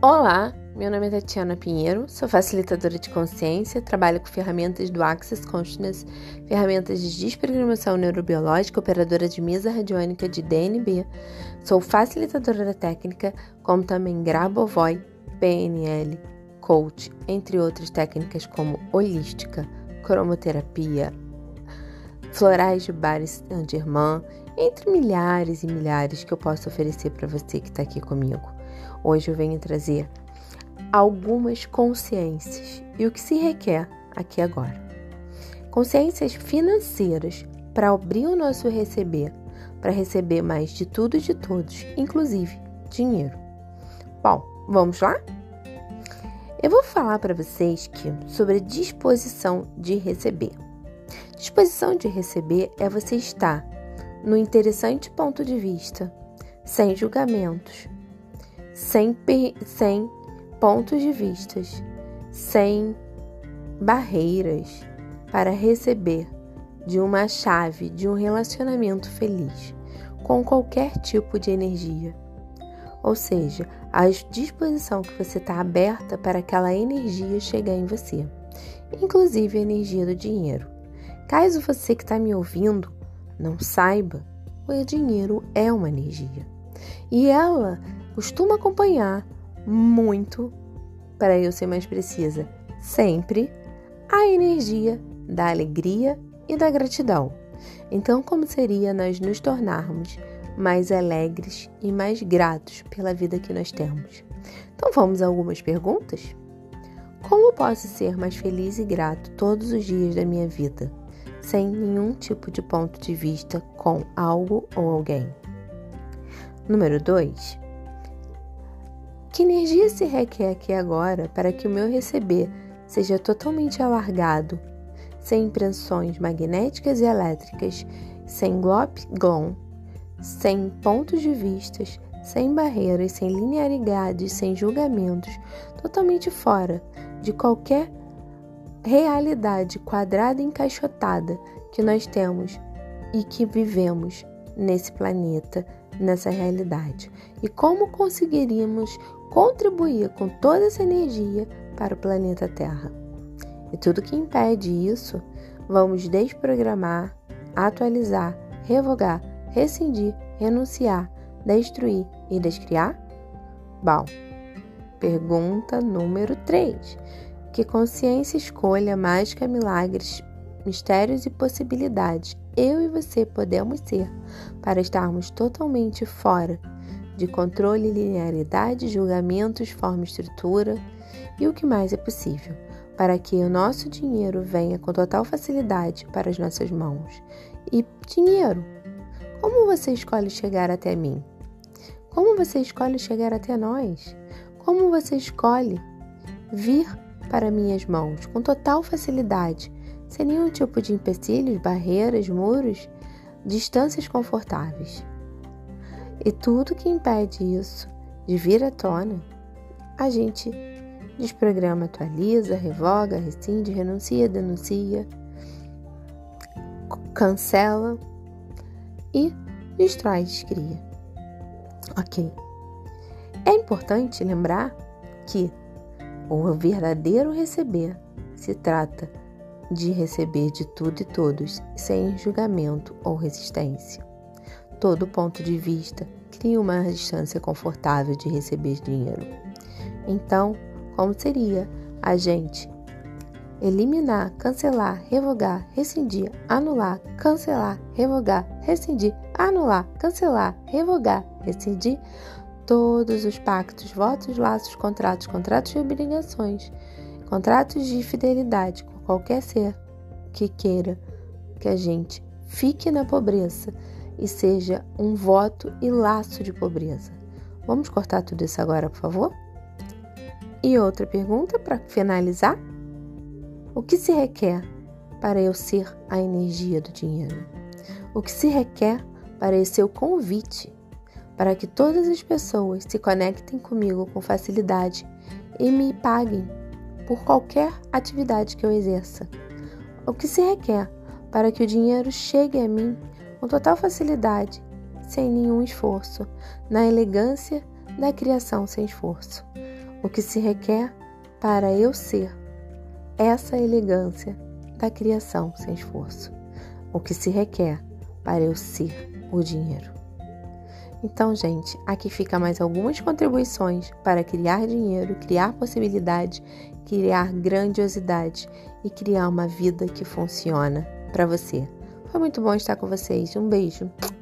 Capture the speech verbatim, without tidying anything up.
Olá, meu nome é Tatiana Pinheiro, sou facilitadora de consciência, trabalho com ferramentas do Access Consciousness, ferramentas de desprogramação neurobiológica, operadora de mesa radiônica de D N B, sou facilitadora da técnica, como também Grabovoi, P N L, Coach, entre outras técnicas como holística, cromoterapia, florais de Bares Saint-Germain, entre milhares e milhares que eu posso oferecer para você que está aqui comigo. Hoje eu venho trazer algumas consciências e o que se requer aqui agora. Consciências financeiras para abrir o nosso receber, para receber mais de tudo e de todos, inclusive dinheiro. Bom, vamos lá? Eu vou falar para vocês que sobre a disposição de receber. Disposição de receber é você estar no interessante ponto de vista, sem julgamentos, sem, sem pontos de vistas, sem barreiras para receber de uma chave de um relacionamento feliz com qualquer tipo de energia. Ou seja, a disposição que você está aberta para aquela energia chegar em você, inclusive a energia do dinheiro. Caso você que está me ouvindo não saiba, o dinheiro é uma energia e ela costuma acompanhar muito, para eu ser mais precisa, sempre a energia da alegria e da gratidão. Então, como seria nós nos tornarmos mais alegres e mais gratos pela vida que nós temos? Então, vamos a algumas perguntas? Como posso ser mais feliz e grato todos os dias da minha vida, sem nenhum tipo de ponto de vista com algo ou alguém? Número dois. Que energia se requer aqui agora para que o meu receber seja totalmente alargado, sem impressões magnéticas e elétricas, sem glop-glom, sem pontos de vistas, sem barreiras, sem linearidades, sem julgamentos, totalmente fora de qualquer realidade quadrada e encaixotada que nós temos e que vivemos nesse planeta, nessa realidade. E como conseguiríamos contribuir com toda essa energia para o planeta Terra? E tudo que impede isso, vamos desprogramar, atualizar, revogar, rescindir, renunciar, destruir e descriar? Bom, pergunta número três. Que consciência, escolha, mágica, milagres, mistérios e possibilidades eu e você podemos ser para estarmos totalmente fora de controle, linearidade, julgamentos, forma e estrutura e o que mais é possível, para que o nosso dinheiro venha com total facilidade para as nossas mãos. E dinheiro, como você escolhe chegar até mim? Como você escolhe chegar até nós? Como você escolhe vir para minhas mãos com total facilidade, sem nenhum tipo de empecilhos, barreiras, muros, distâncias confortáveis? E tudo que impede isso de vir à tona, a gente desprograma, atualiza, revoga, rescinde, renuncia, denuncia, cancela e destrói, descria. Ok. É importante lembrar que o verdadeiro receber se trata de receber de tudo e todos, sem julgamento ou resistência. Todo ponto de vista cria uma distância confortável de receber dinheiro. Então, como seria a gente eliminar, cancelar, revogar, rescindir, anular, cancelar, revogar, rescindir, anular, cancelar, revogar, rescindir todos os pactos, votos, laços, contratos, contratos de obrigações, contratos de fidelidade com qualquer ser que queira que a gente fique na pobreza e seja um voto e laço de pobreza. Vamos cortar tudo isso agora, por favor? E outra pergunta para finalizar. O que se requer para eu ser a energia do dinheiro? O que se requer para esse seu convite, para que todas as pessoas se conectem comigo com facilidade e me paguem por qualquer atividade que eu exerça? O que se requer para que o dinheiro chegue a mim com total facilidade, sem nenhum esforço, na elegância da criação sem esforço? O que se requer para eu ser essa elegância da criação sem esforço. O que se requer para eu ser o dinheiro. Então, gente, aqui fica mais algumas contribuições para criar dinheiro, criar possibilidades, criar grandiosidade e criar uma vida que funciona para você. Foi muito bom estar com vocês. Um beijo.